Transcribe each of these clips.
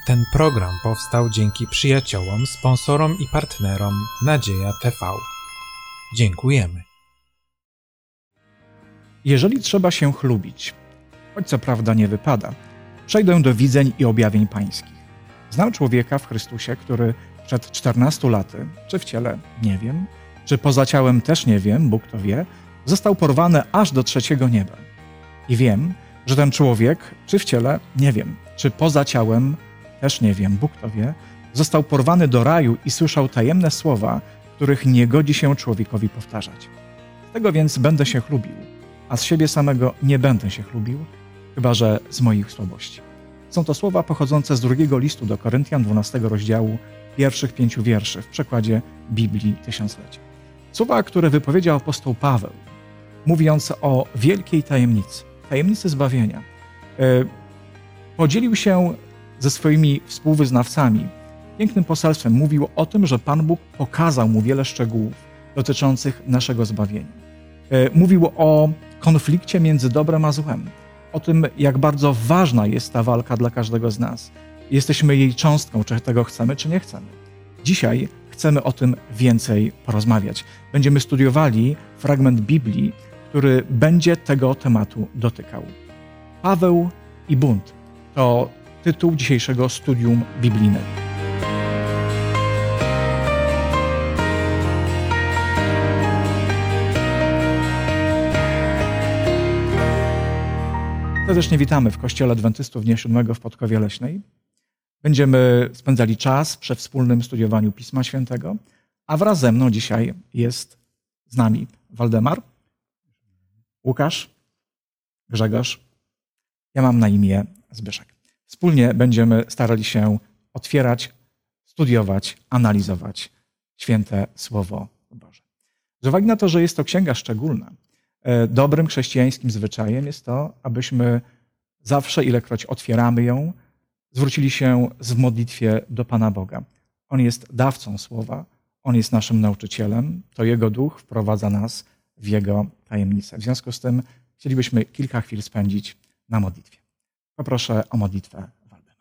Ten program powstał dzięki przyjaciołom, sponsorom i partnerom Nadzieja TV. Dziękujemy. Jeżeli trzeba się chlubić, choć co prawda nie wypada, przejdę do widzeń i objawień pańskich. Znam człowieka w Chrystusie, który przed 14 laty, czy w ciele, nie wiem, czy poza ciałem też nie wiem, Bóg to wie, został porwany aż do 3. nieba. I wiem, że ten człowiek, czy w ciele, nie wiem, czy poza ciałem, też nie wiem, Bóg to wie, został porwany do raju i słyszał tajemne słowa, których nie godzi się człowiekowi powtarzać. Z tego więc będę się chlubił, a z siebie samego nie będę się chlubił, chyba że z moich słabości. Są to słowa pochodzące z 2 listu do Koryntian, 12 rozdziału, pierwszych 5 wierszy w przekładzie Biblii Tysiąclecia. Słowa, które wypowiedział apostoł Paweł, mówiąc o wielkiej tajemnicy zbawienia. Podzielił się ze swoimi współwyznawcami pięknym poselstwem. Mówił o tym, że Pan Bóg pokazał mu wiele szczegółów dotyczących naszego zbawienia. Mówił o konflikcie między dobrem a złem. O tym, jak bardzo ważna jest ta walka dla każdego z nas. Jesteśmy jej cząstką, czy tego chcemy, czy nie chcemy. Dzisiaj chcemy o tym więcej porozmawiać. Będziemy studiowali fragment Biblii, który będzie tego tematu dotykał. Paweł i bunt to tytuł dzisiejszego studium biblijnego. Serdecznie witamy w Kościele Adwentystów Dnia Siódmego w Podkowie Leśnej. Będziemy spędzali czas przy wspólnym studiowaniu Pisma Świętego, a wraz ze mną dzisiaj jest z nami Waldemar, Łukasz, Grzegorz. Ja mam na imię Zbyszek. Wspólnie będziemy starali się otwierać, studiować, analizować święte Słowo Boże. Z uwagi na to, że jest to księga szczególna, dobrym chrześcijańskim zwyczajem jest to, abyśmy zawsze, ilekroć otwieramy ją, zwrócili się w modlitwie do Pana Boga. On jest dawcą Słowa, On jest naszym nauczycielem, to Jego Duch wprowadza nas w Jego tajemnicę. W związku z tym chcielibyśmy kilka chwil spędzić na modlitwie. Poproszę o modlitwę Waldemara.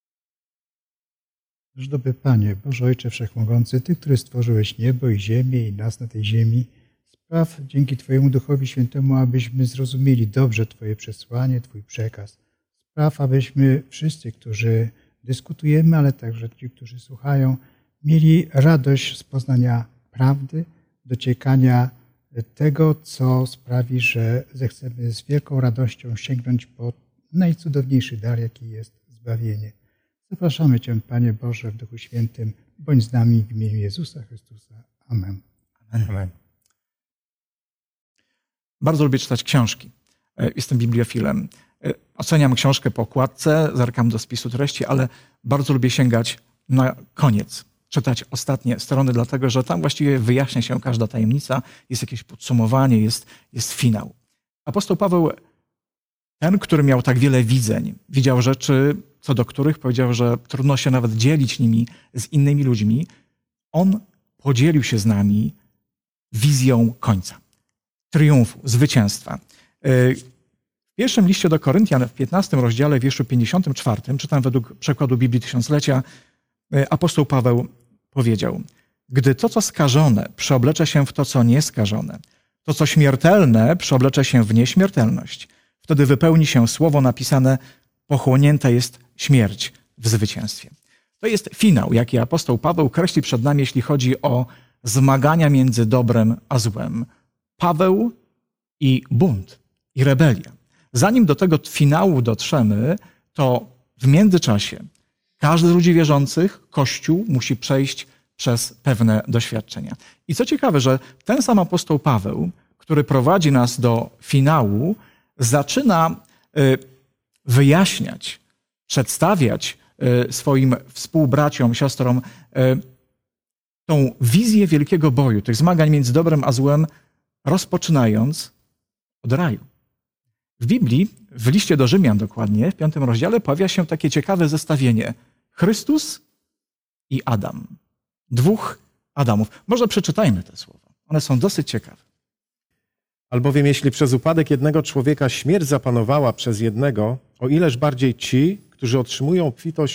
Dobry Panie, Boże Ojcze Wszechmogący, Ty, który stworzyłeś niebo i ziemię i nas na tej ziemi, spraw dzięki Twojemu Duchowi Świętemu, abyśmy zrozumieli dobrze Twoje przesłanie, Twój przekaz. Spraw, abyśmy wszyscy, którzy dyskutujemy, ale także ci, którzy słuchają, mieli radość z poznania prawdy, dociekania tego, co sprawi, że zechcemy z wielką radością sięgnąć po najcudowniejszy dar, jaki jest zbawienie. Zapraszamy Cię, Panie Boże, w Duchu Świętym, bądź z nami w imieniu Jezusa Chrystusa. Amen. Amen. Bardzo lubię czytać książki. Jestem bibliofilem. Oceniam książkę po okładce, zerkam do spisu treści, ale bardzo lubię sięgać na koniec, czytać ostatnie strony, dlatego że tam właściwie wyjaśnia się każda tajemnica, jest jakieś podsumowanie, jest finał. Apostoł Paweł, ten, który miał tak wiele widzeń, widział rzeczy, co do których powiedział, że trudno się nawet dzielić nimi z innymi ludźmi, on podzielił się z nami wizją końca, triumfu, zwycięstwa. W pierwszym liście do Koryntian, w 15 rozdziale, wierszu 54, czytam według przekładu Biblii Tysiąclecia, apostoł Paweł powiedział: gdy to, co skażone, przeoblecze się w to, co nieskażone, to, co śmiertelne, przeoblecze się w nieśmiertelność, wtedy wypełni się słowo napisane: pochłonięta jest śmierć w zwycięstwie. To jest finał, jaki apostoł Paweł kreśli przed nami, jeśli chodzi o zmagania między dobrem a złem. Paweł i bunt, i rebelia. Zanim do tego finału dotrzemy, to w międzyczasie każdy z ludzi wierzących, Kościół, musi przejść przez pewne doświadczenia. I co ciekawe, że ten sam apostoł Paweł, który prowadzi nas do finału, zaczyna wyjaśniać, przedstawiać swoim współbraciom, siostrom tą wizję wielkiego boju, tych zmagań między dobrem a złem, rozpoczynając od raju. W Biblii, w liście do Rzymian dokładnie, w 5 rozdziale, pojawia się takie ciekawe zestawienie: Chrystus i Adam. 2 Adamów. Może przeczytajmy te słowa. One są dosyć ciekawe. Albowiem jeśli przez upadek jednego człowieka śmierć zapanowała przez jednego, o ileż bardziej ci, którzy otrzymują obfitość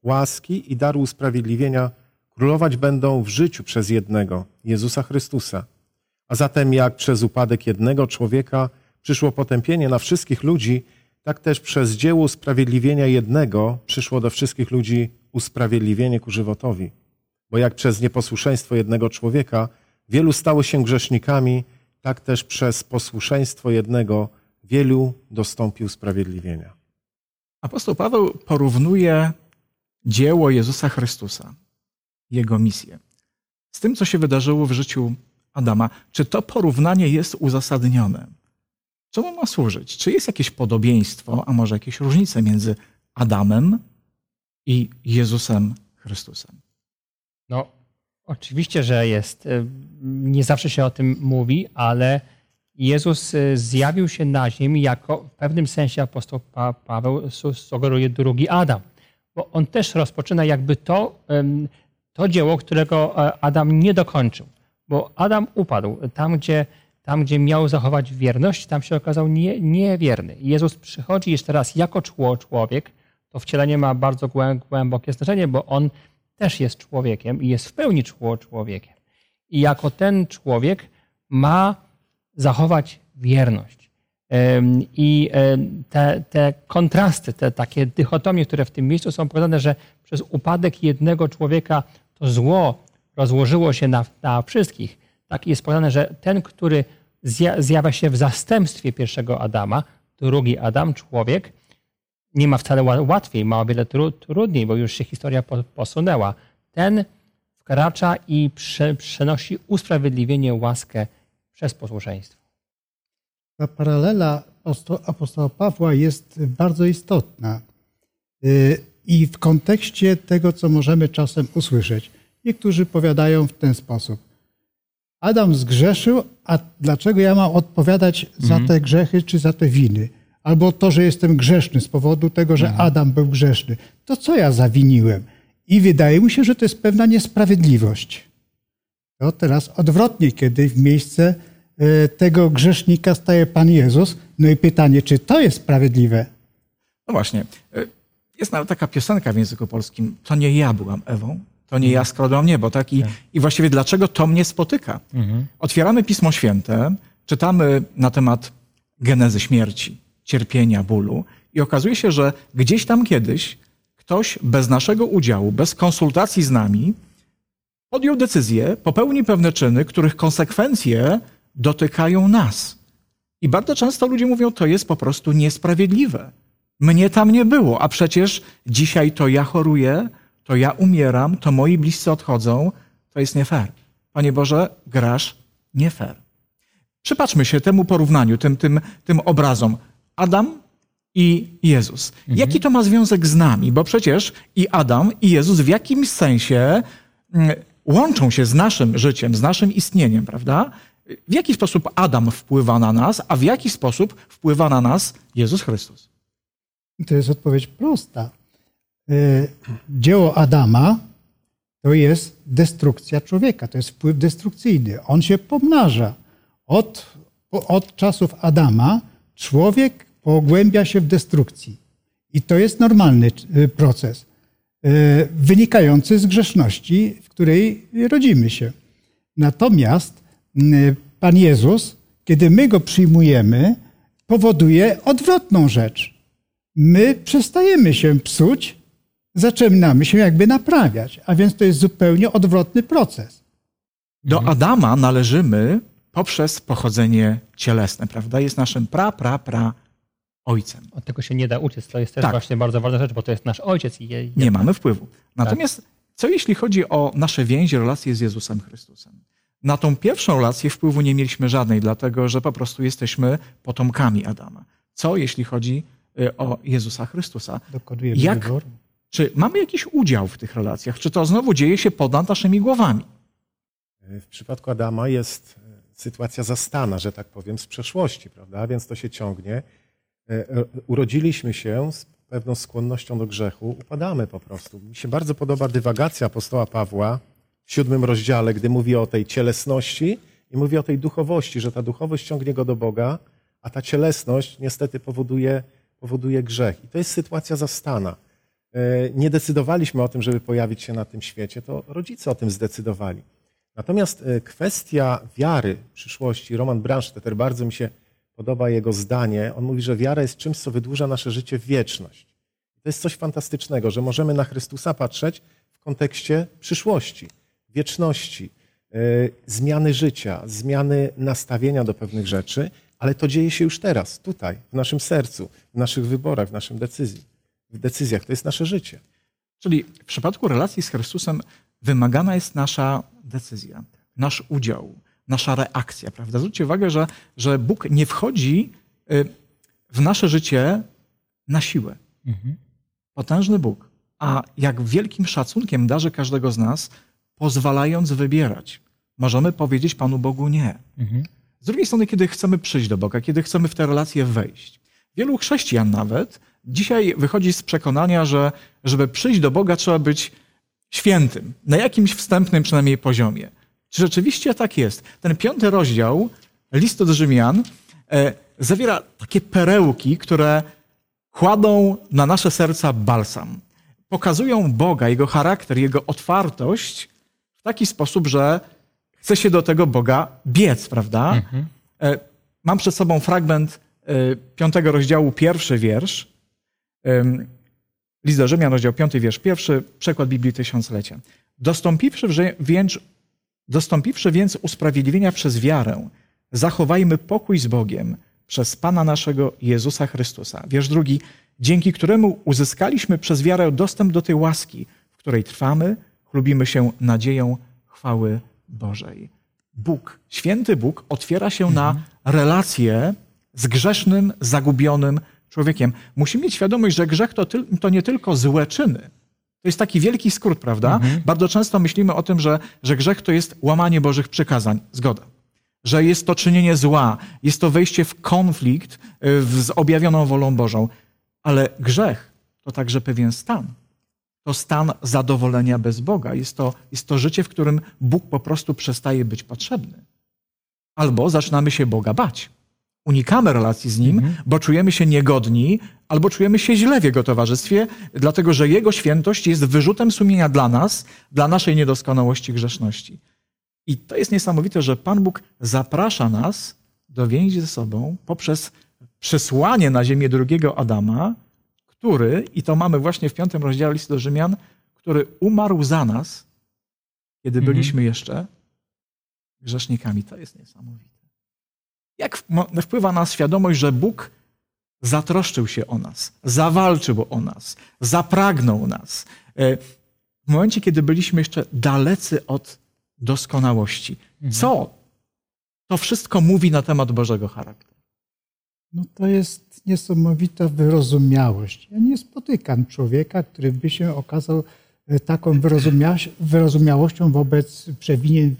łaski i daru usprawiedliwienia królować będą w życiu przez jednego, Jezusa Chrystusa. A zatem jak przez upadek jednego człowieka przyszło potępienie na wszystkich ludzi, tak też przez dzieło usprawiedliwienia jednego przyszło do wszystkich ludzi usprawiedliwienie ku żywotowi. Bo jak przez nieposłuszeństwo jednego człowieka wielu stało się grzesznikami, tak też przez posłuszeństwo jednego wielu dostąpi usprawiedliwienia. Apostoł Paweł porównuje dzieło Jezusa Chrystusa, jego misję, z tym, co się wydarzyło w życiu Adama. Czy to porównanie jest uzasadnione? Czemu ma służyć? Czy jest jakieś podobieństwo, a może jakieś różnice między Adamem i Jezusem Chrystusem? No, oczywiście, że jest. Nie zawsze się o tym mówi, ale Jezus zjawił się na ziemi jako w pewnym sensie apostoł Paweł sugeruje drugi Adam. Bo on też rozpoczyna jakby to dzieło, którego Adam nie dokończył. Bo Adam upadł. Tam, gdzie miał zachować wierność, tam się okazał niewierny. Jezus przychodzi jeszcze raz jako człowiek. To wcielenie ma bardzo głębokie znaczenie, bo on też jest człowiekiem i jest w pełni człowiekiem. I jako ten człowiek ma zachować wierność. I te kontrasty, te takie dychotomie, które w tym miejscu są pokazane, że przez upadek jednego człowieka to zło rozłożyło się na wszystkich. Tak jest powiedziane, że ten, który zjawia się w zastępstwie pierwszego Adama, drugi Adam, człowiek, nie ma wcale łatwiej, ma o wiele trudniej, bo już się historia posunęła. Ten wkracza i przenosi usprawiedliwienie, łaskę przez posłuszeństwo. Ta paralela apostoła Pawła jest bardzo istotna i w kontekście tego, co możemy czasem usłyszeć. Niektórzy powiadają w ten sposób. Adam zgrzeszył, a dlaczego ja mam odpowiadać za te grzechy czy za te winy? Albo to, że jestem grzeszny z powodu tego, że Adam był grzeszny. To co ja zawiniłem? I wydaje mi się, że to jest pewna niesprawiedliwość. To teraz odwrotnie, kiedy w miejsce tego grzesznika staje Pan Jezus. No i pytanie, czy to jest sprawiedliwe? No właśnie. Jest nawet taka piosenka w języku polskim. To nie ja byłam Ewą, to nie ja skradłam niebo. Tak? I właściwie dlaczego to mnie spotyka? Otwieramy Pismo Święte, czytamy na temat genezy śmierci, cierpienia, bólu i okazuje się, że gdzieś tam kiedyś ktoś bez naszego udziału, bez konsultacji z nami podjął decyzję, popełnił pewne czyny, których konsekwencje dotykają nas. I bardzo często ludzie mówią, to jest po prostu niesprawiedliwe. Mnie tam nie było, a przecież dzisiaj to ja choruję, to ja umieram, to moi bliscy odchodzą. To jest nie fair. Panie Boże, grasz nie fair. Przypatrzmy się temu porównaniu, tym obrazom. Adam i Jezus. Jaki to ma związek z nami? Bo przecież i Adam, i Jezus w jakimś sensie łączą się z naszym życiem, z naszym istnieniem, prawda? W jaki sposób Adam wpływa na nas, a w jaki sposób wpływa na nas Jezus Chrystus? To jest odpowiedź prosta. Dzieło Adama to jest destrukcja człowieka, to jest wpływ destrukcyjny. On się pomnaża. Od czasów Adama człowiek pogłębia się w destrukcji. I to jest normalny proces, wynikający z grzeszności, w której rodzimy się. Natomiast Pan Jezus, kiedy my Go przyjmujemy, powoduje odwrotną rzecz. My przestajemy się psuć, zaczynamy się jakby naprawiać, a więc to jest zupełnie odwrotny proces. Do Adama należymy poprzez pochodzenie cielesne, prawda? Jest naszym ojcem. Od tego się nie da uciec. To jest też Tak. właśnie bardzo ważna rzecz, bo to jest nasz ojciec. Nie mamy wpływu. Natomiast co jeśli chodzi o nasze więzi, relacje z Jezusem Chrystusem? Na tą pierwszą relację wpływu nie mieliśmy żadnej, dlatego że po prostu jesteśmy potomkami Adama. Co jeśli chodzi o Jezusa Chrystusa? Dokonujemy wyboru. Czy mamy jakiś udział w tych relacjach? Czy to znowu dzieje się ponad naszymi głowami? W przypadku Adama jest sytuacja zastana, że tak powiem, z przeszłości, prawda? Więc to się ciągnie. Urodziliśmy się z pewną skłonnością do grzechu, upadamy po prostu. Mi się bardzo podoba dywagacja apostoła Pawła w 7 rozdziale, gdy mówi o tej cielesności i mówi o tej duchowości, że ta duchowość ciągnie go do Boga, a ta cielesność niestety powoduje grzech. I to jest sytuacja zastana. nie decydowaliśmy o tym, żeby pojawić się na tym świecie, to rodzice o tym zdecydowali. Natomiast kwestia wiary przyszłości, Roman Brandstetter, bardzo mi się podoba jego zdanie. On mówi, że wiara jest czymś, co wydłuża nasze życie w wieczność. To jest coś fantastycznego, że możemy na Chrystusa patrzeć w kontekście przyszłości, wieczności, zmiany życia, zmiany nastawienia do pewnych rzeczy, ale to dzieje się już teraz, tutaj, w naszym sercu, w naszych wyborach, w naszym decyzjach. To jest nasze życie. Czyli w przypadku relacji z Chrystusem wymagana jest nasza decyzja, nasz udział, nasza reakcja, prawda? Zwróćcie uwagę, że Bóg nie wchodzi w nasze życie na siłę. Potężny Bóg, a jak wielkim szacunkiem darzy każdego z nas, pozwalając wybierać. Możemy powiedzieć Panu Bogu nie. Z drugiej strony, kiedy chcemy przyjść do Boga, kiedy chcemy w tę relację wejść. Wielu chrześcijan nawet dzisiaj wychodzi z przekonania, że żeby przyjść do Boga, trzeba być świętym, na jakimś wstępnym przynajmniej poziomie. Czy rzeczywiście tak jest? Ten 5 rozdział listu do Rzymian zawiera takie perełki, które kładą na nasze serca balsam. Pokazują Boga, Jego charakter, Jego otwartość w taki sposób, że chce się do tego Boga biec, prawda? Mam przed sobą fragment 5 rozdziału, 1 wiersz. List do Rzymian, rozdział 5, wiersz 1, przekład Biblii Tysiąclecia. Dostąpiwszy więc usprawiedliwienia przez wiarę, zachowajmy pokój z Bogiem przez Pana naszego Jezusa Chrystusa. Wiersz 2. Dzięki któremu uzyskaliśmy przez wiarę dostęp do tej łaski, w której trwamy, chlubimy się nadzieją chwały Bożej. Bóg, święty Bóg otwiera się na relację z grzesznym, zagubionym człowiekiem. Musimy mieć świadomość, że grzech to nie tylko złe czyny. To jest taki wielki skrót, prawda? Bardzo często myślimy o tym, że grzech to jest łamanie Bożych przykazań. Zgoda. Że jest to czynienie zła, jest to wejście w konflikt z objawioną wolą Bożą. Ale grzech to także pewien stan. To stan zadowolenia bez Boga. Jest to życie, w którym Bóg po prostu przestaje być potrzebny. Albo zaczynamy się Boga bać. Unikamy relacji z Nim, bo czujemy się niegodni, albo czujemy się źle w Jego towarzystwie, dlatego że Jego świętość jest wyrzutem sumienia dla nas, dla naszej niedoskonałości, grzeszności. I to jest niesamowite, że Pan Bóg zaprasza nas do więzi ze sobą poprzez przesłanie na ziemię drugiego Adama, który, i to mamy właśnie w 5 rozdziale listu do Rzymian, który umarł za nas, kiedy byliśmy jeszcze grzesznikami. To jest niesamowite. Jak wpływa na nas świadomość, że Bóg zatroszczył się o nas, zawalczył o nas, zapragnął nas. W momencie, kiedy byliśmy jeszcze dalecy od doskonałości. Co to wszystko mówi na temat Bożego charakteru? No to jest niesamowita wyrozumiałość. Ja nie spotykam człowieka, który by się okazał taką wyrozumiałością wobec przewinień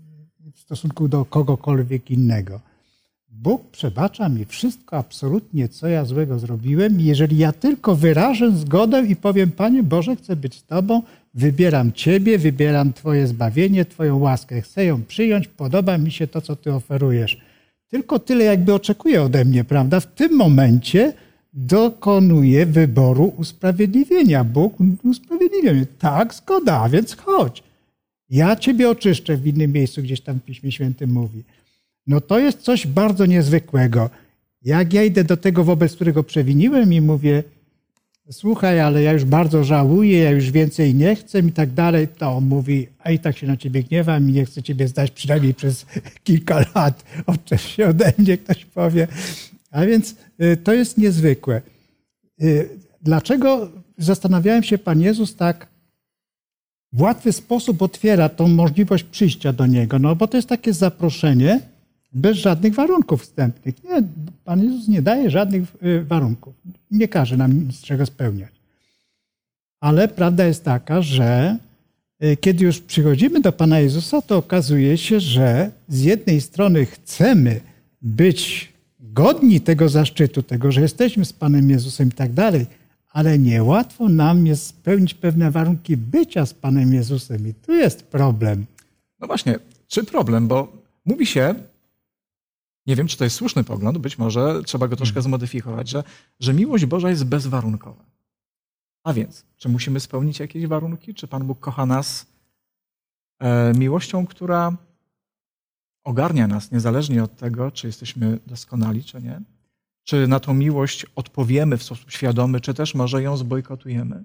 w stosunku do kogokolwiek innego. Bóg przebacza mi wszystko absolutnie, co ja złego zrobiłem. Jeżeli ja tylko wyrażę zgodę i powiem, Panie Boże, chcę być z Tobą, wybieram Ciebie, wybieram Twoje zbawienie, Twoją łaskę. Chcę ją przyjąć, podoba mi się to, co Ty oferujesz. Tylko tyle jakby oczekuje ode mnie, prawda? W tym momencie dokonuje wyboru usprawiedliwienia. Bóg usprawiedliwia mnie. Tak, zgoda, a więc chodź. Ja Ciebie oczyszczę, w innym miejscu gdzieś tam w Piśmie Świętym mówi. No to jest coś bardzo niezwykłego. Jak ja idę do tego, wobec którego przewiniłem i mówię, słuchaj, ale ja już bardzo żałuję, ja już więcej nie chcę i tak dalej, to on mówi, a i tak się na Ciebie gniewam i nie chcę Ciebie zdać przynajmniej przez kilka lat. Odczep się ode mnie, ktoś powie. A więc to jest niezwykłe. Dlaczego zastanawiałem się, Pan Jezus tak w łatwy sposób otwiera tą możliwość przyjścia do Niego? No bo to jest takie zaproszenie bez żadnych warunków wstępnych. Nie, Pan Jezus nie daje żadnych warunków. Nie każe nam niczego spełniać. Ale prawda jest taka, że kiedy już przychodzimy do Pana Jezusa, to okazuje się, że z jednej strony chcemy być godni tego zaszczytu, tego, że jesteśmy z Panem Jezusem i tak dalej, ale niełatwo nam jest spełnić pewne warunki bycia z Panem Jezusem. I tu jest problem. No właśnie, czy problem? Bo mówi się, nie wiem, czy to jest słuszny pogląd, być może trzeba go troszkę zmodyfikować, że miłość Boża jest bezwarunkowa. A więc, czy musimy spełnić jakieś warunki? Czy Pan Bóg kocha nas miłością, która ogarnia nas niezależnie od tego, czy jesteśmy doskonali, czy nie? Czy na tą miłość odpowiemy w sposób świadomy, czy też może ją zbojkotujemy?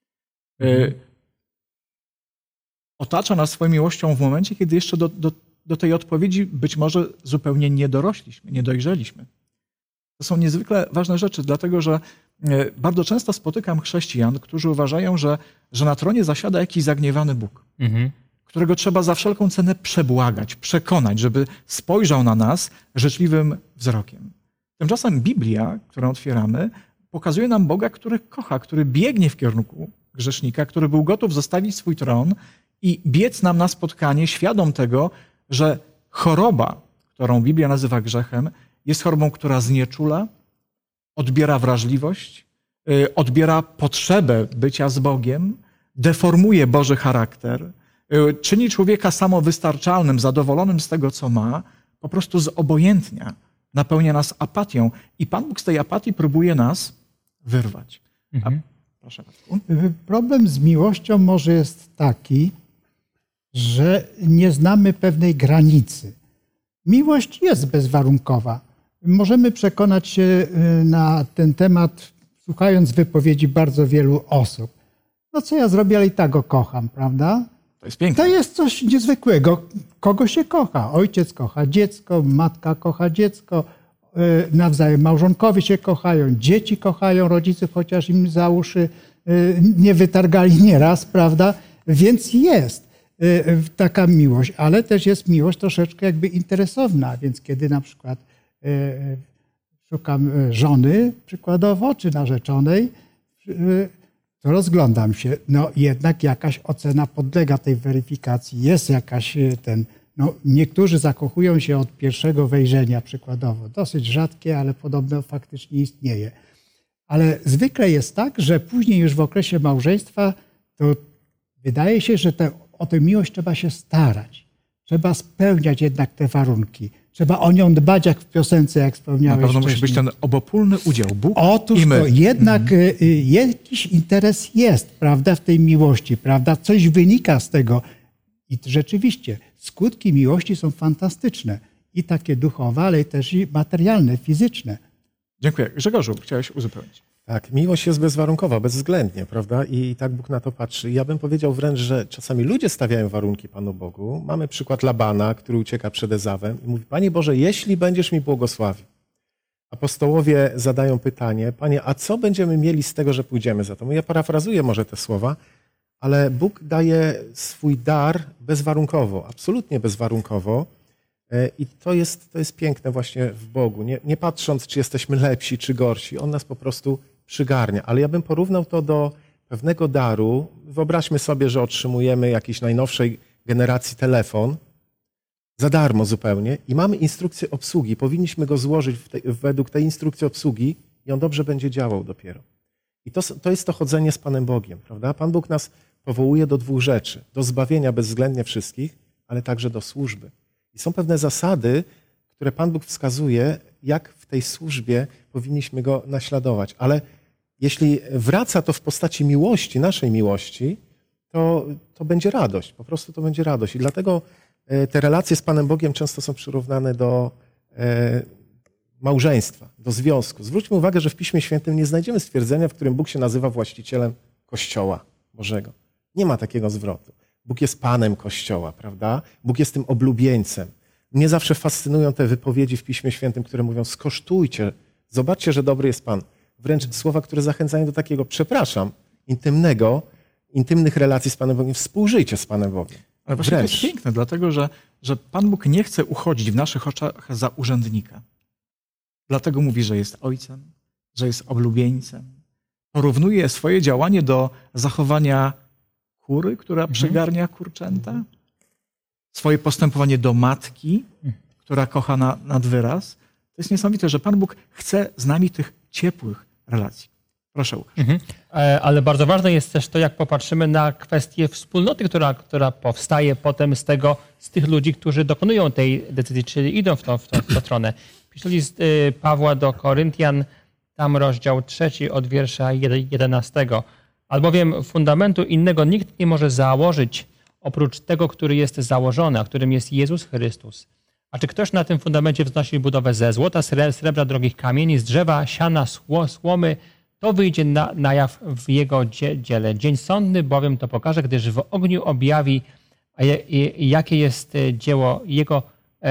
Otacza nas swoją miłością w momencie, kiedy jeszcze do tej odpowiedzi być może zupełnie nie dorośliśmy, nie dojrzeliśmy. To są niezwykle ważne rzeczy, dlatego że bardzo często spotykam chrześcijan, którzy uważają, że na tronie zasiada jakiś zagniewany Bóg, którego trzeba za wszelką cenę przebłagać, przekonać, żeby spojrzał na nas życzliwym wzrokiem. Tymczasem Biblia, którą otwieramy, pokazuje nam Boga, który kocha, który biegnie w kierunku grzesznika, który był gotów zostawić swój tron i biec nam na spotkanie, świadom tego, że choroba, którą Biblia nazywa grzechem, jest chorobą, która znieczula, odbiera wrażliwość, odbiera potrzebę bycia z Bogiem, deformuje Boży charakter, czyni człowieka samowystarczalnym, zadowolonym z tego, co ma, po prostu zobojętnia, napełnia nas apatią i Pan Bóg z tej apatii próbuje nas wyrwać. Proszę Radku. Problem z miłością może jest taki, że nie znamy pewnej granicy. Miłość jest bezwarunkowa. Możemy przekonać się na ten temat, słuchając wypowiedzi bardzo wielu osób. No co ja zrobię, ale i tak go kocham, prawda? To jest piękne. To jest coś niezwykłego. Kogo się kocha? Ojciec kocha dziecko, matka kocha dziecko, nawzajem małżonkowie się kochają, dzieci kochają rodziców, chociaż im za uszy nie wytargali nieraz, prawda? Więc jest taka miłość, ale też jest miłość troszeczkę jakby interesowna, więc kiedy na przykład szukam żony przykładowo, czy narzeczonej, to rozglądam się, no jednak jakaś ocena podlega tej weryfikacji, jest jakaś niektórzy zakochują się od pierwszego wejrzenia przykładowo, dosyć rzadkie, ale podobno faktycznie istnieje. Ale zwykle jest tak, że później już w okresie małżeństwa to wydaje się, że o tę miłość trzeba się starać. Trzeba spełniać jednak te warunki. Trzeba o nią dbać, jak w piosence, jak wspomniałeś. Na pewno wcześniej. musi być ten obopólny udział. Bóg Otóż i my. to jednak jakiś interes jest, prawda, w tej miłości, prawda? Coś wynika z tego. I rzeczywiście skutki miłości są fantastyczne. I takie duchowe, ale też i materialne, fizyczne. Dziękuję. Grzegorzu, chciałeś uzupełnić. Tak, miłość jest bezwarunkowa, bezwzględnie, prawda? I tak Bóg na to patrzy. Ja bym powiedział wręcz, że czasami ludzie stawiają warunki Panu Bogu. Mamy przykład Labana, który ucieka przed Ezawem i mówi: Panie Boże, jeśli będziesz mi błogosławił. Apostołowie zadają pytanie: Panie, a co będziemy mieli z tego, że pójdziemy za to? Ja parafrazuję może te słowa, ale Bóg daje swój dar bezwarunkowo, absolutnie bezwarunkowo. I to jest piękne właśnie w Bogu. Nie patrząc, czy jesteśmy lepsi, czy gorsi. On nas po prostu przygarnia. Ale ja bym porównał to do pewnego daru. Wyobraźmy sobie, że otrzymujemy jakiejś najnowszej generacji telefon za darmo zupełnie i mamy instrukcję obsługi. Powinniśmy go złożyć według tej instrukcji obsługi i on dobrze będzie działał dopiero. I to jest to chodzenie z Panem Bogiem, prawda? Pan Bóg nas powołuje do dwóch rzeczy. Do zbawienia bezwzględnie wszystkich, ale także do służby. I są pewne zasady, które Pan Bóg wskazuje, jak w tej służbie powinniśmy Go naśladować. Ale jeśli wraca to w postaci miłości, naszej miłości, to będzie radość. Po prostu to będzie radość. I dlatego te relacje z Panem Bogiem często są przyrównane do małżeństwa, do związku. Zwróćmy uwagę, że w Piśmie Świętym nie znajdziemy stwierdzenia, w którym Bóg się nazywa właścicielem Kościoła Bożego. Nie ma takiego zwrotu. Bóg jest Panem Kościoła, prawda? Bóg jest tym oblubieńcem. Mnie zawsze fascynują te wypowiedzi w Piśmie Świętym, które mówią: skosztujcie, zobaczcie, że dobry jest Pan. Wręcz słowa, które zachęcają do takiego, intymnych relacji z Panem Bogiem. Współżyjcie z Panem Bogiem. Ale właśnie to jest piękne, dlatego że Pan Bóg nie chce uchodzić w naszych oczach za urzędnika. Dlatego mówi, że jest ojcem, że jest oblubieńcem. Porównuje swoje działanie do zachowania kury, która przygarnia kurczęta. Swoje postępowanie do matki, która kocha nad wyraz. To jest niesamowite, że Pan Bóg chce z nami tych ciepłych relacji. Proszę, Łukasz. Ale bardzo ważne jest też to, jak popatrzymy na kwestię wspólnoty, która powstaje potem z tych ludzi, którzy dokonują tej decyzji, czyli idą w tą stronę. Pisze list Pawła do Koryntian, tam rozdział 3 od wiersza 11. Albowiem fundamentu innego nikt nie może założyć oprócz tego, który jest założony, a którym jest Jezus Chrystus. A czy ktoś na tym fundamencie wznosi budowę ze złota, srebra, drogich kamieni, z drzewa, siana, słomy, to wyjdzie na jaw w jego dziele. Dzień sądny bowiem to pokaże, gdyż w ogniu objawi, jakie jest dzieło jego,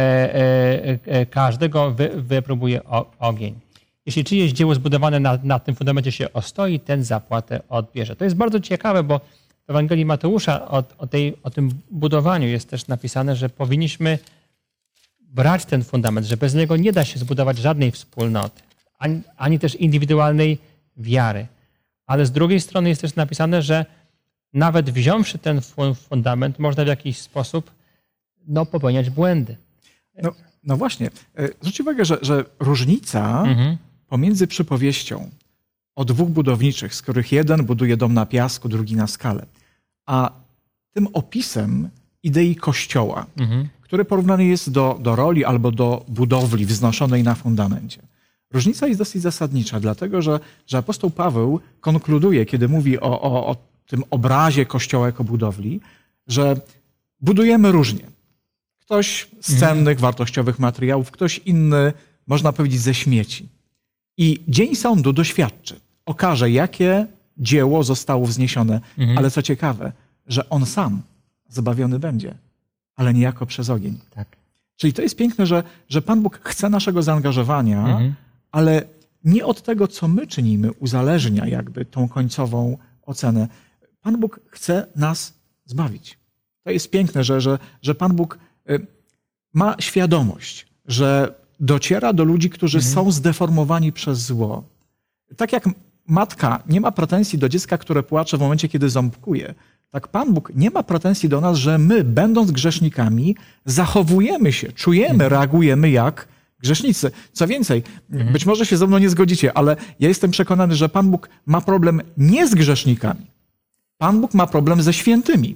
każdego wypróbuje ogień. Jeśli czyjeś dzieło zbudowane na tym fundamencie się ostoi, ten zapłatę odbierze. To jest bardzo ciekawe, bo w Ewangelii Mateusza o tym budowaniu jest też napisane, że powinniśmy brać ten fundament, że bez niego nie da się zbudować żadnej wspólnoty, ani też indywidualnej wiary. Ale z drugiej strony jest też napisane, że nawet wziąwszy ten fundament, można w jakiś sposób popełniać błędy. No właśnie. Zwróćcie uwagę, że różnica pomiędzy przypowieścią o dwóch budowniczych, z których jeden buduje dom na piasku, drugi na skale, a tym opisem idei Kościoła, który porównany jest do roli albo do budowli wznoszonej na fundamencie. Różnica jest dosyć zasadnicza, dlatego że apostoł Paweł konkluduje, kiedy mówi o tym obrazie Kościoła jako budowli, że budujemy różnie. Ktoś z cennych, wartościowych materiałów, ktoś inny, można powiedzieć, ze śmieci. I dzień sądu doświadczy, okaże, jakie dzieło zostało wzniesione. Ale co ciekawe, że on sam zbawiony będzie, ale niejako przez ogień. Tak. Czyli to jest piękne, że Pan Bóg chce naszego zaangażowania, ale nie od tego, co my czynimy, uzależnia jakby tą końcową ocenę. Pan Bóg chce nas zbawić. To jest piękne, że Pan Bóg ma świadomość, że dociera do ludzi, którzy są zdeformowani przez zło. Tak jak matka nie ma pretensji do dziecka, które płacze w momencie, kiedy ząbkuje, tak Pan Bóg nie ma pretensji do nas, że my, będąc grzesznikami, zachowujemy się, czujemy, reagujemy jak grzesznicy. Co więcej, być może się ze mną nie zgodzicie, ale ja jestem przekonany, że Pan Bóg ma problem nie z grzesznikami. Pan Bóg ma problem ze świętymi.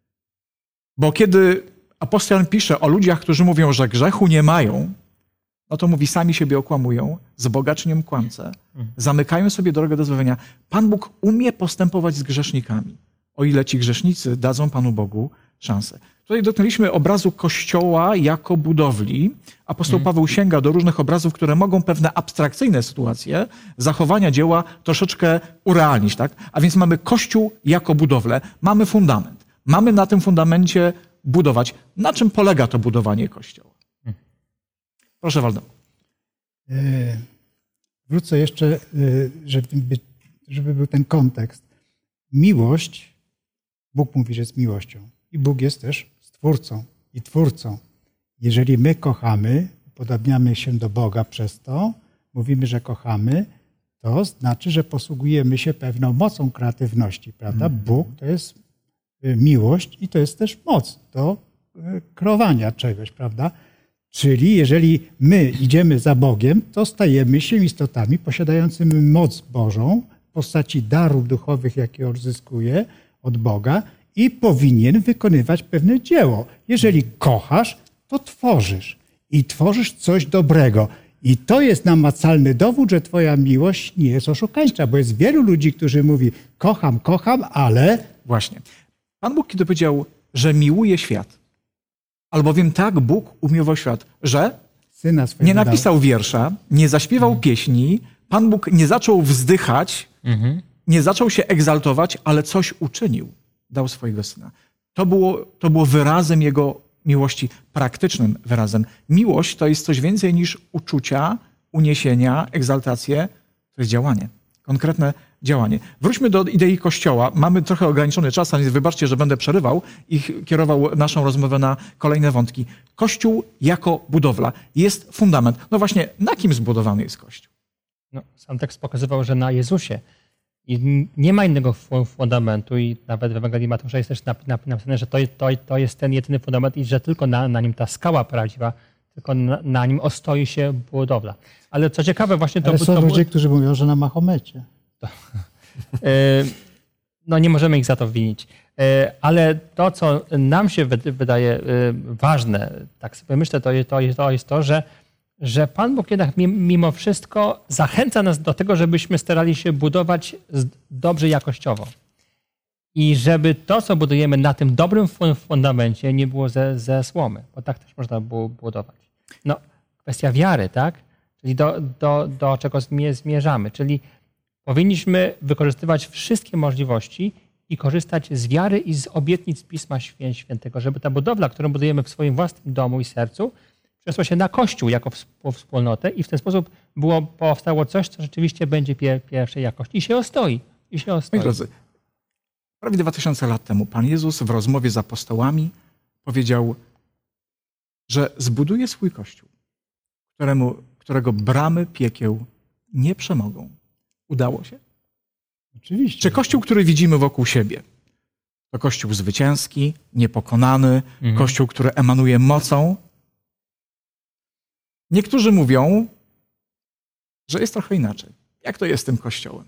Bo kiedy apostoł Jan pisze o ludziach, którzy mówią, że grzechu nie mają, no to mówi, sami siebie okłamują, z Boga czynią kłamcę, zamykają sobie drogę do zbawienia. Pan Bóg umie postępować z grzesznikami, o ile ci grzesznicy dadzą Panu Bogu szansę. Tutaj dotknęliśmy obrazu Kościoła jako budowli. Apostoł Paweł sięga do różnych obrazów, które mogą pewne abstrakcyjne sytuacje, zachowania dzieła troszeczkę urealnić. Tak? A więc mamy Kościół jako budowlę, mamy fundament. Mamy na tym fundamencie budować. Na czym polega to budowanie Kościoła? Proszę, Waldemar. Wrócę jeszcze, żeby był ten kontekst. Miłość, Bóg mówi, że jest miłością. I Bóg jest też Stwórcą i Twórcą. Jeżeli my kochamy, upodabniamy się do Boga przez to, mówimy, że kochamy, to znaczy, że posługujemy się pewną mocą kreatywności, prawda? Bóg to jest miłość i to jest też moc do kreowania czegoś, prawda? Czyli jeżeli my idziemy za Bogiem, to stajemy się istotami posiadającymi moc Bożą w postaci darów duchowych, jakie odzyskuje od Boga i powinien wykonywać pewne dzieło. Jeżeli kochasz, to tworzysz i tworzysz coś dobrego. I to jest namacalny dowód, że twoja miłość nie jest oszukańcza, bo jest wielu ludzi, którzy mówi kocham, ale... Właśnie. Pan Bóg kiedy powiedział, że miłuje świat, albowiem tak Bóg umiłował świat, że Syna swojego nie napisał wiersza, nie zaśpiewał pieśni, Pan Bóg nie zaczął wzdychać, nie zaczął się egzaltować, ale coś uczynił. Dał swojego Syna. To było wyrazem Jego miłości, praktycznym wyrazem. Miłość to jest coś więcej niż uczucia, uniesienia, egzaltacje. To jest działanie. Konkretne działanie. Wróćmy do idei Kościoła. Mamy trochę ograniczony czas, a więc wybaczcie, że będę przerywał i kierował naszą rozmowę na kolejne wątki. Kościół jako budowla. Jest fundament. No właśnie, na kim zbudowany jest Kościół? No, sam tekst pokazywał, że na Jezusie. I nie ma innego fundamentu i nawet w Ewangelii Mateusza jest też napisane, że to jest ten jedyny fundament i że tylko na nim ta skała prawdziwa, tylko na nim ostoi się budowla. Ale co ciekawe właśnie to... Ale są ludzie, którzy mówią, że na Mahomecie. No nie możemy ich za to winić. Ale to, co nam się wydaje ważne, tak sobie myślę, to jest to, że Pan Bóg jednak mimo wszystko zachęca nas do tego, żebyśmy starali się budować dobrze jakościowo. I żeby to, co budujemy na tym dobrym fundamencie, nie było ze słomy, bo tak też można było budować. No, kwestia wiary, tak? Czyli do czego zmierzamy. Czyli powinniśmy wykorzystywać wszystkie możliwości i korzystać z wiary i z obietnic Pisma Świętego, żeby ta budowla, którą budujemy w swoim własnym domu i sercu, przeniosła się na Kościół jako wspólnotę i w ten sposób powstało coś, co rzeczywiście będzie pierwszej jakości. I się ostoi. Moi drodzy, prawie 2000 lat temu Pan Jezus w rozmowie z apostołami powiedział, że zbuduje swój Kościół, którego bramy piekieł nie przemogą. Udało się? Oczywiście. Czy Kościół, który widzimy wokół siebie, to Kościół zwycięski, niepokonany, Kościół, który emanuje mocą? Niektórzy mówią, że jest trochę inaczej. Jak to jest z tym Kościołem?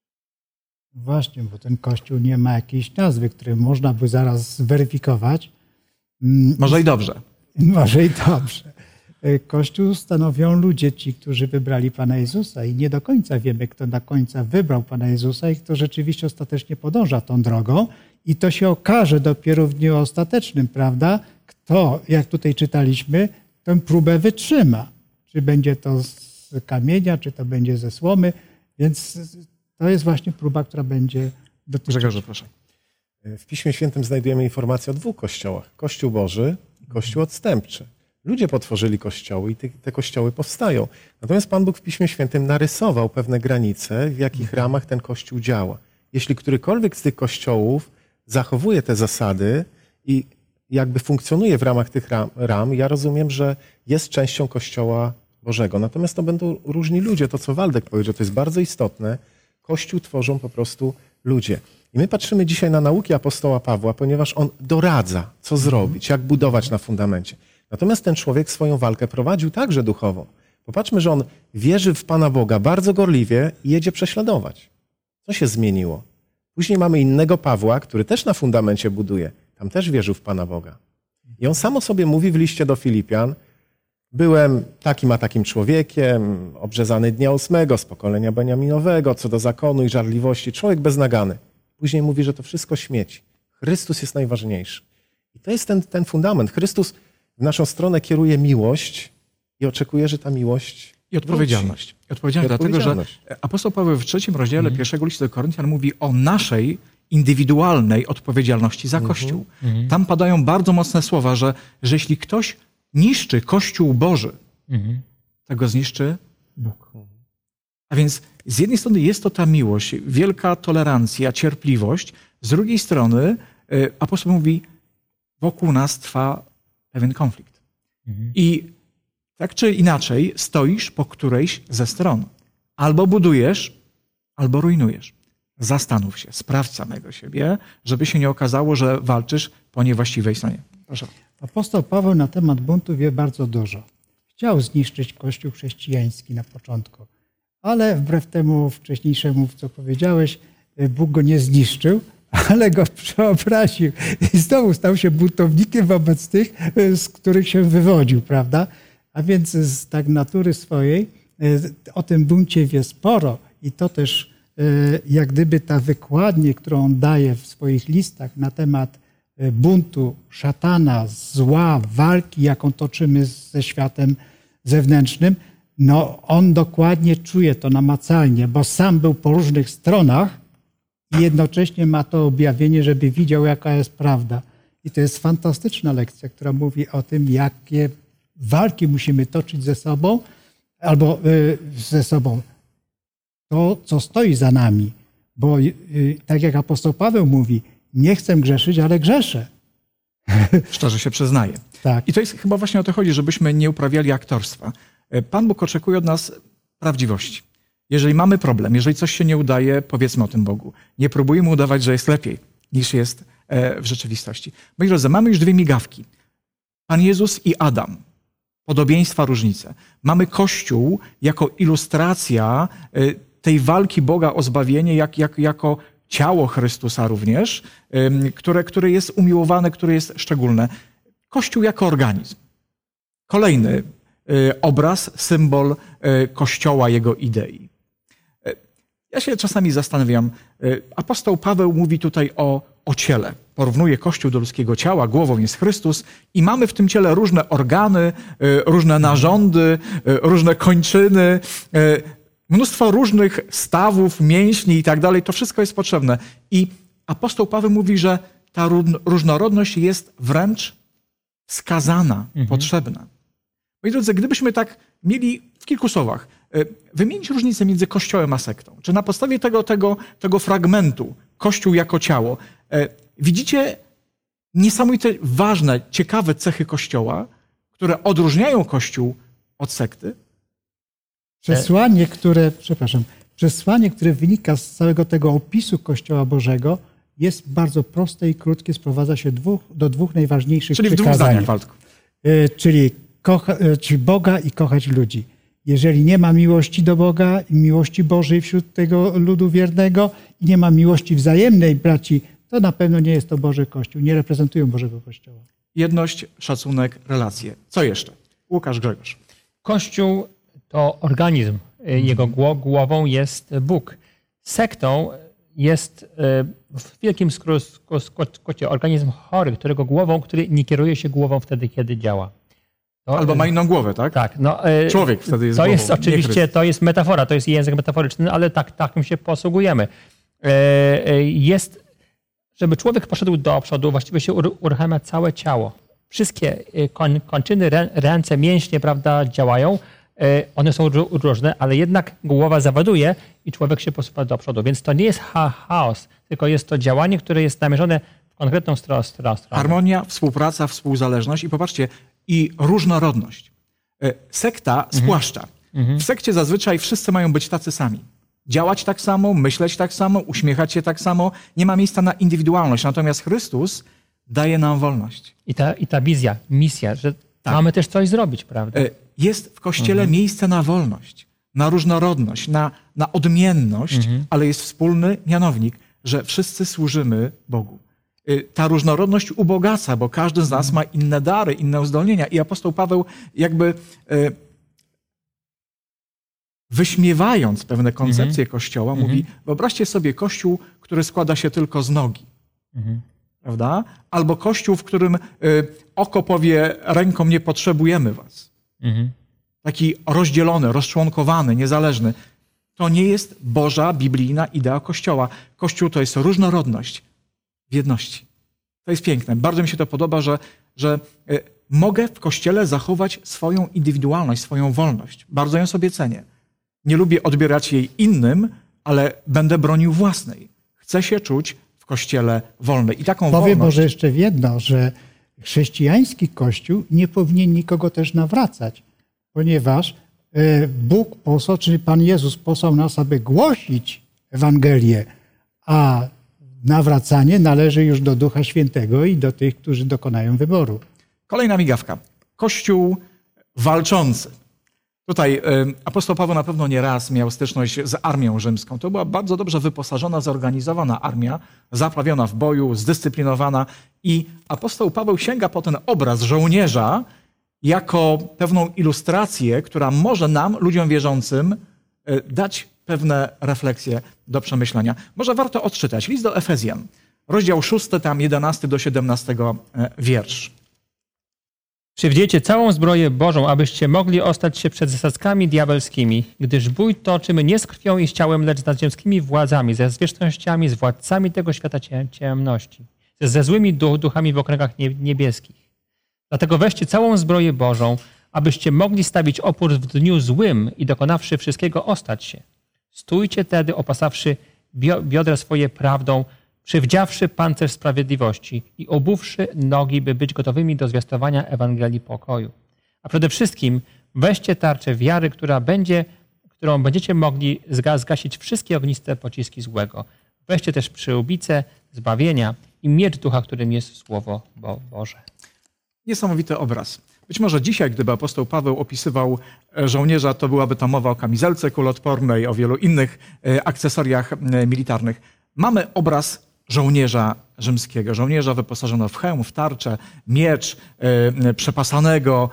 Właśnie, bo ten Kościół nie ma jakiejś nazwy, której można by zaraz zweryfikować. Może i dobrze. Może i dobrze. Kościół stanowią ludzie, ci, którzy wybrali Pana Jezusa i nie do końca wiemy, kto do końca wybrał Pana Jezusa i kto rzeczywiście ostatecznie podąża tą drogą i to się okaże dopiero w dniu ostatecznym, prawda? Kto, jak tutaj czytaliśmy, tę próbę wytrzyma. Czy będzie to z kamienia, czy to będzie ze słomy, więc to jest właśnie próba, która będzie dotyczyć. Grzegorzu, proszę. W Piśmie Świętym znajdujemy informację o dwóch kościołach. Kościół Boży i Kościół odstępczy. Ludzie potworzyli kościoły i te kościoły powstają. Natomiast Pan Bóg w Piśmie Świętym narysował pewne granice, w jakich ramach ten kościół działa. Jeśli którykolwiek z tych kościołów zachowuje te zasady i jakby funkcjonuje w ramach tych ram, ja rozumiem, że jest częścią Kościoła Bożego. Natomiast to będą różni ludzie. To, co Waldek powiedział, to jest bardzo istotne. Kościół tworzą po prostu ludzie. I my patrzymy dzisiaj na nauki apostoła Pawła, ponieważ on doradza, co zrobić, jak budować na fundamencie. Natomiast ten człowiek swoją walkę prowadził także duchowo. Popatrzmy, że on wierzy w Pana Boga bardzo gorliwie i jedzie prześladować. Co się zmieniło? Później mamy innego Pawła, który też na fundamencie buduje. Tam też wierzył w Pana Boga. I on sam o sobie mówi w liście do Filipian: byłem takim a takim człowiekiem, obrzezany dnia 8 z pokolenia Beniaminowego, co do zakonu i żarliwości, człowiek beznagany. Później mówi, że to wszystko śmieci. Chrystus jest najważniejszy. I to jest ten fundament. Chrystus w naszą stronę kieruje miłość i oczekuje, że ta miłość I odpowiedzialność. Dlatego, że apostoł Paweł w 3 rozdziale pierwszego listu do Koryntian mówi o naszej indywidualnej odpowiedzialności za Kościół. Tam padają bardzo mocne słowa, że jeśli ktoś niszczy Kościół Boży, to go zniszczy Bóg. A więc z jednej strony jest to ta miłość, wielka tolerancja, cierpliwość. Z drugiej strony apostoł mówi, wokół nas trwa pewien konflikt. I tak czy inaczej stoisz po którejś ze stron. Albo budujesz, albo rujnujesz. Zastanów się, sprawdź samego siebie, żeby się nie okazało, że walczysz po niewłaściwej stronie. Proszę. Apostoł Paweł na temat buntu wie bardzo dużo. Chciał zniszczyć Kościół chrześcijański na początku, ale wbrew temu wcześniejszemu, co powiedziałeś, Bóg go nie zniszczył, ale go przeobraził i znowu stał się buntownikiem wobec tych, z których się wywodził, prawda? A więc z tak natury swojej o tym buncie wie sporo i to też jak gdyby ta wykładnie, którą on daje w swoich listach na temat buntu, szatana, zła, walki, jaką toczymy ze światem zewnętrznym, no on dokładnie czuje to namacalnie, bo sam był po różnych stronach i jednocześnie ma to objawienie, żeby widział, jaka jest prawda. I to jest fantastyczna lekcja, która mówi o tym, jakie walki musimy toczyć ze sobą, albo ze sobą. To, co stoi za nami. Bo tak jak apostoł Paweł mówi, nie chcę grzeszyć, ale grzeszę. Szczerze się przyznaję. Tak. I to jest chyba właśnie o to chodzi, żebyśmy nie uprawiali aktorstwa. Pan Bóg oczekuje od nas prawdziwości. Jeżeli mamy problem, jeżeli coś się nie udaje, powiedzmy o tym Bogu. Nie próbujmy udawać, że jest lepiej, niż jest w rzeczywistości. Moi drodzy, mamy już 2 migawki. Pan Jezus i Adam. Podobieństwa, różnice. Mamy Kościół jako ilustracja tej walki Boga o zbawienie, jako ciało Chrystusa również, które jest umiłowane, które jest szczególne. Kościół jako organizm. Kolejny obraz, symbol Kościoła, jego idei. Ja się czasami zastanawiam, apostoł Paweł mówi tutaj o o ciele. Porównuje Kościół do ludzkiego ciała, głową jest Chrystus i mamy w tym ciele różne organy, różne narządy, różne kończyny, mnóstwo różnych stawów, mięśni i tak dalej. To wszystko jest potrzebne. I apostoł Paweł mówi, że ta różnorodność jest wręcz wskazana, potrzebna. Moi drodzy, gdybyśmy tak mieli w kilku słowach wymienić różnicę między Kościołem a sektą, czy na podstawie tego fragmentu Kościół jako ciało, widzicie niesamowite, ważne, ciekawe cechy Kościoła, które odróżniają Kościół od sekty? Przesłanie, które wynika z całego tego opisu Kościoła Bożego, jest bardzo proste i krótkie, sprowadza się do dwóch najważniejszych Czyli w dwóch przykazań. zdaniach, Waldku. Czyli Boga i kochać ludzi. Jeżeli nie ma miłości do Boga i miłości Bożej wśród tego ludu wiernego i nie ma miłości wzajemnej braci, to na pewno nie jest to Boży Kościół, nie reprezentują Bożego Kościoła. Jedność, szacunek, relacje. Co jeszcze? Łukasz, Grzegorz. Kościół to organizm. Jego głową jest Bóg. Sektą jest w wielkim skrócie organizm chory, który nie kieruje się głową wtedy, kiedy działa. Albo ma inną głowę, tak? Tak. Człowiek wtedy jest To głową, jest nie oczywiście, Chrystus. to jest metafora, to jest język metaforyczny, ale takim się posługujemy. Żeby człowiek poszedł do przodu, właściwie się uruchamia całe ciało. Wszystkie kończyny, ręce, mięśnie, prawda, działają. One są różne, ale jednak głowa zawoduje i człowiek się posuwa do przodu. Więc to nie jest chaos, tylko jest to działanie, które jest namierzone w konkretną stronę. Harmonia, współpraca, współzależność i popatrzcie, i różnorodność. Sekta spłaszcza. W sekcie zazwyczaj wszyscy mają być tacy sami. Działać tak samo, myśleć tak samo, uśmiechać się tak samo. Nie ma miejsca na indywidualność. Natomiast Chrystus daje nam wolność. I ta wizja, misja, że mamy też coś zrobić, prawda? Jest w Kościele miejsce na wolność, na różnorodność, na odmienność, ale jest wspólny mianownik, że wszyscy służymy Bogu. Ta różnorodność ubogaca, bo każdy z nas ma inne dary, inne uzdolnienia. I apostoł Paweł jakby wyśmiewając pewne koncepcje Kościoła, mówi, wyobraźcie sobie Kościół, który składa się tylko z nogi. Prawda? Albo Kościół, w którym oko powie ręką, nie potrzebujemy was. Taki rozdzielony, rozczłonkowany, niezależny. To nie jest Boża, biblijna idea Kościoła. Kościół to jest różnorodność w jedności. To jest piękne. Bardzo mi się to podoba, że mogę w Kościele zachować swoją indywidualność, swoją wolność. Bardzo ją sobie cenię. Nie lubię odbierać jej innym, ale będę bronił własnej. Chcę się czuć w Kościele wolny. I taką Powiem wolność... może jeszcze jedno, że chrześcijański Kościół nie powinien nikogo też nawracać, ponieważ Bóg posłał, czyli Pan Jezus posłał nas, aby głosić Ewangelię, a nawracanie należy już do Ducha Świętego i do tych, którzy dokonają wyboru. Kolejna migawka. Kościół walczący. Tutaj apostoł Paweł na pewno nie raz miał styczność z armią rzymską. To była bardzo dobrze wyposażona, zorganizowana armia, zaprawiona w boju, zdyscyplinowana. I apostoł Paweł sięga po ten obraz żołnierza jako pewną ilustrację, która może nam, ludziom wierzącym, dać pewne refleksje do przemyślenia. Może warto odczytać list do Efezjan, rozdział 6, tam 11 do 17 wiersz. Przywdziejcie całą zbroję Bożą, abyście mogli ostać się przed zasadzkami diabelskimi, gdyż bój toczymy nie z krwią i z ciałem, lecz z nadziemskimi władzami, ze zwierzchnościami, z władcami tego świata ciemności, ze złymi duchami w okręgach niebieskich. Dlatego weźcie całą zbroję Bożą, abyście mogli stawić opór w dniu złym i dokonawszy wszystkiego ostać się. Stójcie tedy, opasawszy biodra swoje prawdą, przywdziawszy pancerz sprawiedliwości i obuwszy nogi, by być gotowymi do zwiastowania Ewangelii pokoju. A przede wszystkim weźcie tarczę wiary, którą będziecie mogli zgasić wszystkie ogniste pociski złego. Weźcie też przyłbicę zbawienia i miecz ducha, którym jest Słowo Boże. Niesamowity obraz. Być może dzisiaj, gdyby apostoł Paweł opisywał żołnierza, to byłaby to mowa o kamizelce kuloodpornej, o wielu innych akcesoriach militarnych. Mamy obraz żołnierza rzymskiego, żołnierza wyposażonego w hełm, w tarczę, miecz, przepasanego,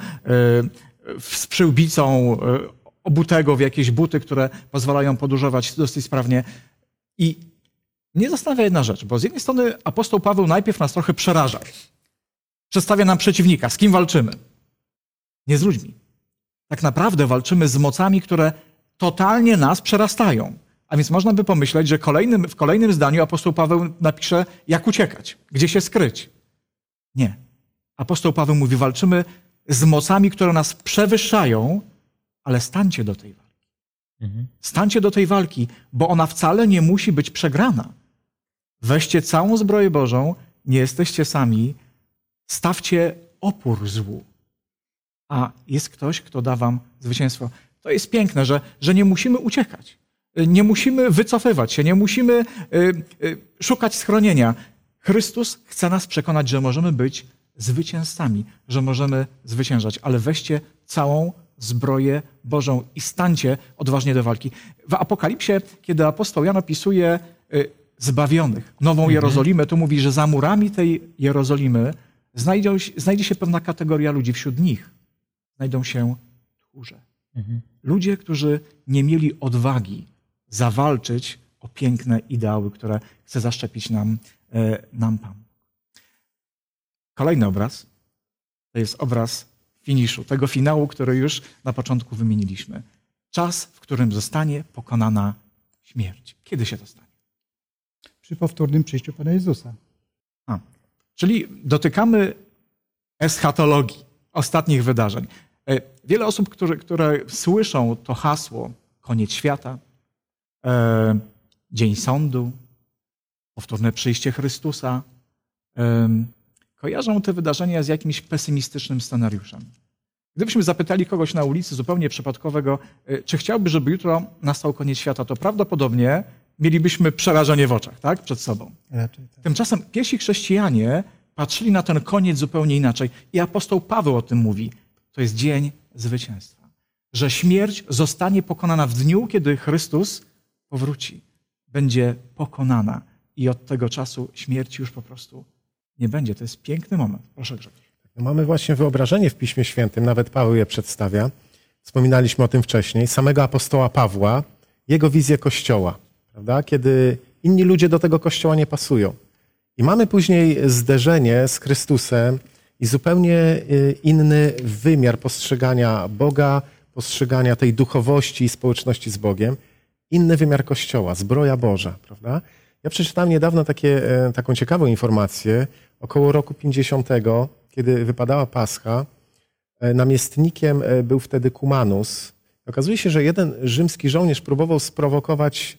z przyłbicą, obutego w jakieś buty, które pozwalają podróżować dosyć sprawnie. I mnie zastanawia jedna rzecz, bo z jednej strony apostoł Paweł najpierw nas trochę przeraża. Przedstawia nam przeciwnika. Z kim walczymy? Nie z ludźmi. Tak naprawdę walczymy z mocami, które totalnie nas przerastają. A więc można by pomyśleć, że w kolejnym zdaniu apostoł Paweł napisze, jak uciekać, gdzie się skryć. Nie. Apostoł Paweł mówi, walczymy z mocami, które nas przewyższają, ale stańcie do tej walki. Stańcie do tej walki, bo ona wcale nie musi być przegrana. Weźcie całą zbroję Bożą, nie jesteście sami, stawcie opór złu. A jest ktoś, kto da wam zwycięstwo. To jest piękne, że nie musimy uciekać. Nie musimy wycofywać się, nie musimy szukać schronienia. Chrystus chce nas przekonać, że możemy być zwycięzcami, że możemy zwyciężać, ale weźcie całą zbroję Bożą i stańcie odważnie do walki. W Apokalipsie, kiedy apostoł Jan opisuje zbawionych, Nową Jerozolimę, to mówi, że za murami tej Jerozolimy znajdzie się pewna kategoria ludzi. Wśród nich znajdą się tchórze. Ludzie, którzy nie mieli odwagi zawalczyć o piękne ideały, które chce zaszczepić nam Pan. Kolejny obraz to jest obraz finiszu, tego finału, który już na początku wymieniliśmy. Czas, w którym zostanie pokonana śmierć. Kiedy się to stanie? Przy powtórnym przyjściu Pana Jezusa. Czyli dotykamy eschatologii, ostatnich wydarzeń. Wiele osób, które słyszą to hasło koniec świata, dzień sądu, powtórne przyjście Chrystusa, kojarzą te wydarzenia z jakimś pesymistycznym scenariuszem. Gdybyśmy zapytali kogoś na ulicy zupełnie przypadkowego, czy chciałby, żeby jutro nastał koniec świata, to prawdopodobnie mielibyśmy przerażenie w oczach, tak? Przed sobą. Raczej tak. Tymczasem pierwsi chrześcijanie patrzyli na ten koniec zupełnie inaczej. I apostoł Paweł o tym mówi. To jest dzień zwycięstwa. Że śmierć zostanie pokonana w dniu, kiedy Chrystus powróci. Będzie pokonana. I od tego czasu śmierci już po prostu nie będzie. To jest piękny moment. Proszę Grzegorz. Mamy właśnie wyobrażenie w Piśmie Świętym, nawet Paweł je przedstawia. Wspominaliśmy o tym wcześniej. Samego apostoła Pawła, jego wizję Kościoła, prawda? Kiedy inni ludzie do tego Kościoła nie pasują. I mamy później zderzenie z Chrystusem i zupełnie inny wymiar postrzegania Boga, postrzegania tej duchowości i społeczności z Bogiem. Inny wymiar Kościoła, zbroja Boża, prawda? Ja przeczytałem niedawno taką ciekawą informację. Około roku 50, kiedy wypadała Pascha, namiestnikiem był wtedy Kumanus. Okazuje się, że jeden rzymski żołnierz próbował sprowokować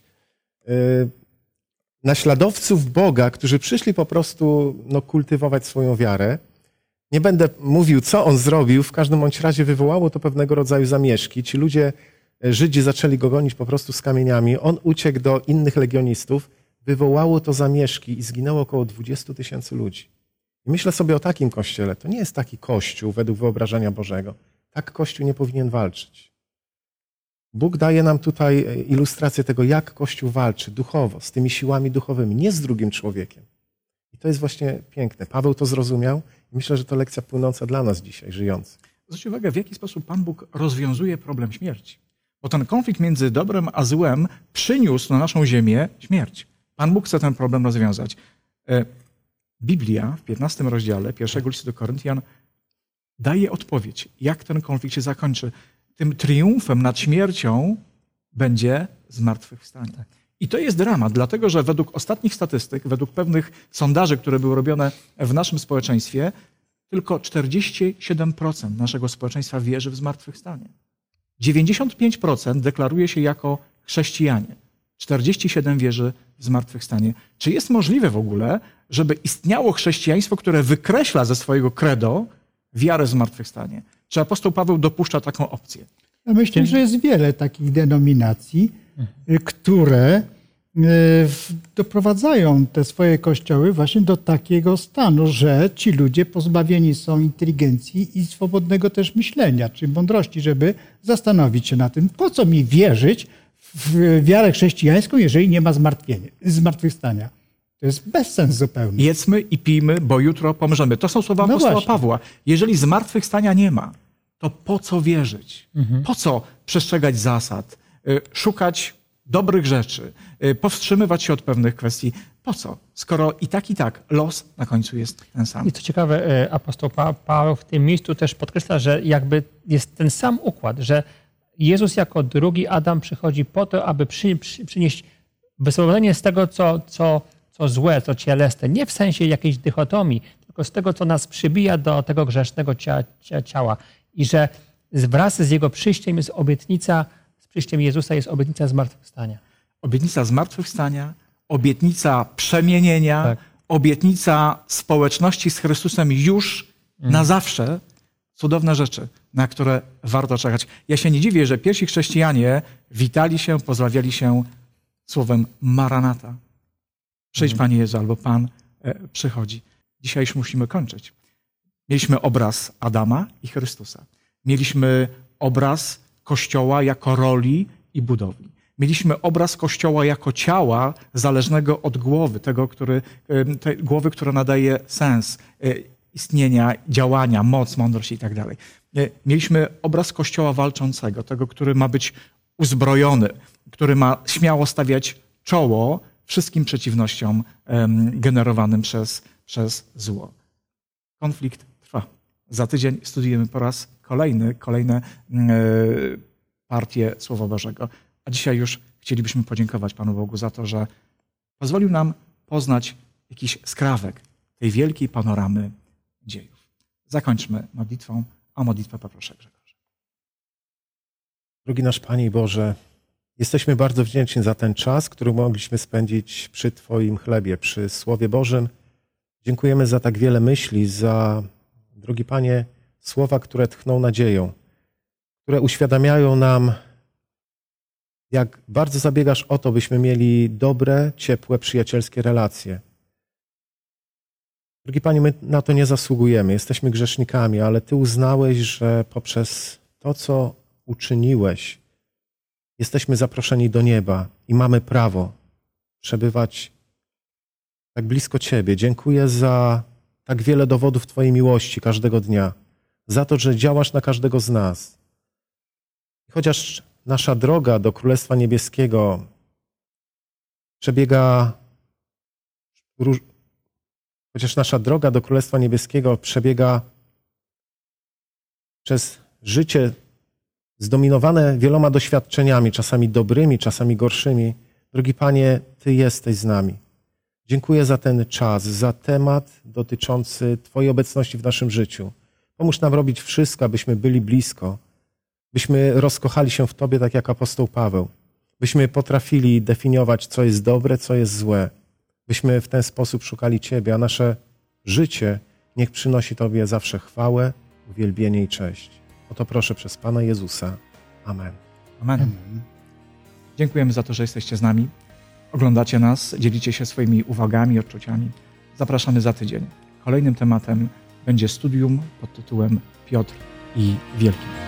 naśladowców Boga, którzy przyszli po prostu kultywować swoją wiarę. Nie będę mówił, co on zrobił, w każdym bądź razie wywołało to pewnego rodzaju zamieszki. Ci ludzie, Żydzi, zaczęli go gonić po prostu z kamieniami. On uciekł do innych legionistów. Wywołało to zamieszki i zginęło około 20 000 ludzi. I myślę sobie o takim Kościele. To nie jest taki Kościół według wyobrażenia Bożego. Tak Kościół nie powinien walczyć. Bóg daje nam tutaj ilustrację tego, jak Kościół walczy duchowo, z tymi siłami duchowymi, nie z drugim człowiekiem. I to jest właśnie piękne. Paweł to zrozumiał i myślę, że to lekcja płynąca dla nas dzisiaj, żyjących. Zwróćcie uwagę, w jaki sposób Pan Bóg rozwiązuje problem śmierci. Bo ten konflikt między dobrem a złem przyniósł na naszą ziemię śmierć. Pan Bóg chce ten problem rozwiązać. Biblia w 15 rozdziale pierwszego listu do Koryntian daje odpowiedź, jak ten konflikt się zakończy. Tym triumfem nad śmiercią będzie zmartwychwstanie. Tak. I to jest dramat, dlatego że według ostatnich statystyk, według pewnych sondaży, które były robione w naszym społeczeństwie, tylko 47% naszego społeczeństwa wierzy w zmartwychwstanie. 95% deklaruje się jako chrześcijanie. 47% wierzy w zmartwychwstanie. Czy jest możliwe w ogóle, żeby istniało chrześcijaństwo, które wykreśla ze swojego credo wiarę w zmartwychwstanie? Czy apostoł Paweł dopuszcza taką opcję? Ja myślę, że jest wiele takich denominacji, które doprowadzają te swoje kościoły właśnie do takiego stanu, że ci ludzie pozbawieni są inteligencji i swobodnego też myślenia, czy mądrości, żeby zastanowić się na tym, po co mi wierzyć w wiarę chrześcijańską, jeżeli nie ma zmartwychwstania. To jest bezsens zupełnie. Jedzmy i pijmy, bo jutro pomrzemy. To są słowa apostoła Pawła. Jeżeli zmartwychwstania nie ma, to po co wierzyć? Po co przestrzegać zasad? Szukać dobrych rzeczy, powstrzymywać się od pewnych kwestii. Po co? Skoro i tak los na końcu jest ten sam. I co ciekawe, apostoł Paweł w tym miejscu też podkreśla, że jakby jest ten sam układ, że Jezus jako drugi Adam przychodzi po to, aby przynieść wyswobodzenie z tego, co złe, co cielesne. Nie w sensie jakiejś dychotomii, tylko z tego, co nas przybija do tego grzesznego ciała. I że wraz z Jego przyjściem jest obietnica, z przyjściem Jezusa jest obietnica zmartwychwstania. Obietnica zmartwychwstania, obietnica przemienienia, Tak. obietnica społeczności z Chrystusem już na zawsze. Cudowne rzeczy, na które warto czekać. Ja się nie dziwię, że pierwsi chrześcijanie witali się, pozdrawiali się słowem Maranata. Przyjdź, Panie Jezu, albo Pan przychodzi. Dzisiaj już musimy kończyć. Mieliśmy obraz Adama i Chrystusa. Mieliśmy obraz Kościoła jako roli i budowli. Mieliśmy obraz Kościoła jako ciała zależnego od głowy, tej głowy, która nadaje sens istnienia, działania, moc, mądrość i tak dalej. Mieliśmy obraz Kościoła walczącego, tego, który ma być uzbrojony, który ma śmiało stawiać czoło wszystkim przeciwnościom generowanym przez zło. Konflikt trwa. Za tydzień studiujemy po raz kolejne partie Słowa Bożego. A dzisiaj już chcielibyśmy podziękować Panu Bogu za to, że pozwolił nam poznać jakiś skrawek tej wielkiej panoramy dziejów. Zakończmy modlitwą, a modlitwę poproszę Grzegorza. Drogi nasz Panie Boże, jesteśmy bardzo wdzięczni za ten czas, który mogliśmy spędzić przy Twoim chlebie, przy Słowie Bożym. Dziękujemy za tak wiele myśli, za, drogi Panie, słowa, które tchną nadzieją, które uświadamiają nam, jak bardzo zabiegasz o to, byśmy mieli dobre, ciepłe, przyjacielskie relacje. Drogi Panie, my na to nie zasługujemy, jesteśmy grzesznikami, ale Ty uznałeś, że poprzez to, co uczyniłeś, jesteśmy zaproszeni do nieba i mamy prawo przebywać tak blisko Ciebie. Dziękuję za tak wiele dowodów Twojej miłości każdego dnia, za to, że działasz na każdego z nas. Chociaż nasza droga do Królestwa Niebieskiego przebiega przez życie zdominowane wieloma doświadczeniami, czasami dobrymi, czasami gorszymi. Drogi Panie, Ty jesteś z nami. Dziękuję za ten czas, za temat dotyczący Twojej obecności w naszym życiu. Pomóż nam robić wszystko, abyśmy byli blisko, byśmy rozkochali się w Tobie, tak jak apostoł Paweł, byśmy potrafili definiować, co jest dobre, co jest złe, byśmy w ten sposób szukali Ciebie, a nasze życie niech przynosi Tobie zawsze chwałę, uwielbienie i cześć. O to proszę przez Pana Jezusa. Amen. Amen. Dziękujemy za to, że jesteście z nami. Oglądacie nas, dzielicie się swoimi uwagami, odczuciami. Zapraszamy za tydzień. Kolejnym tematem będzie studium pod tytułem Piotr i Wielki.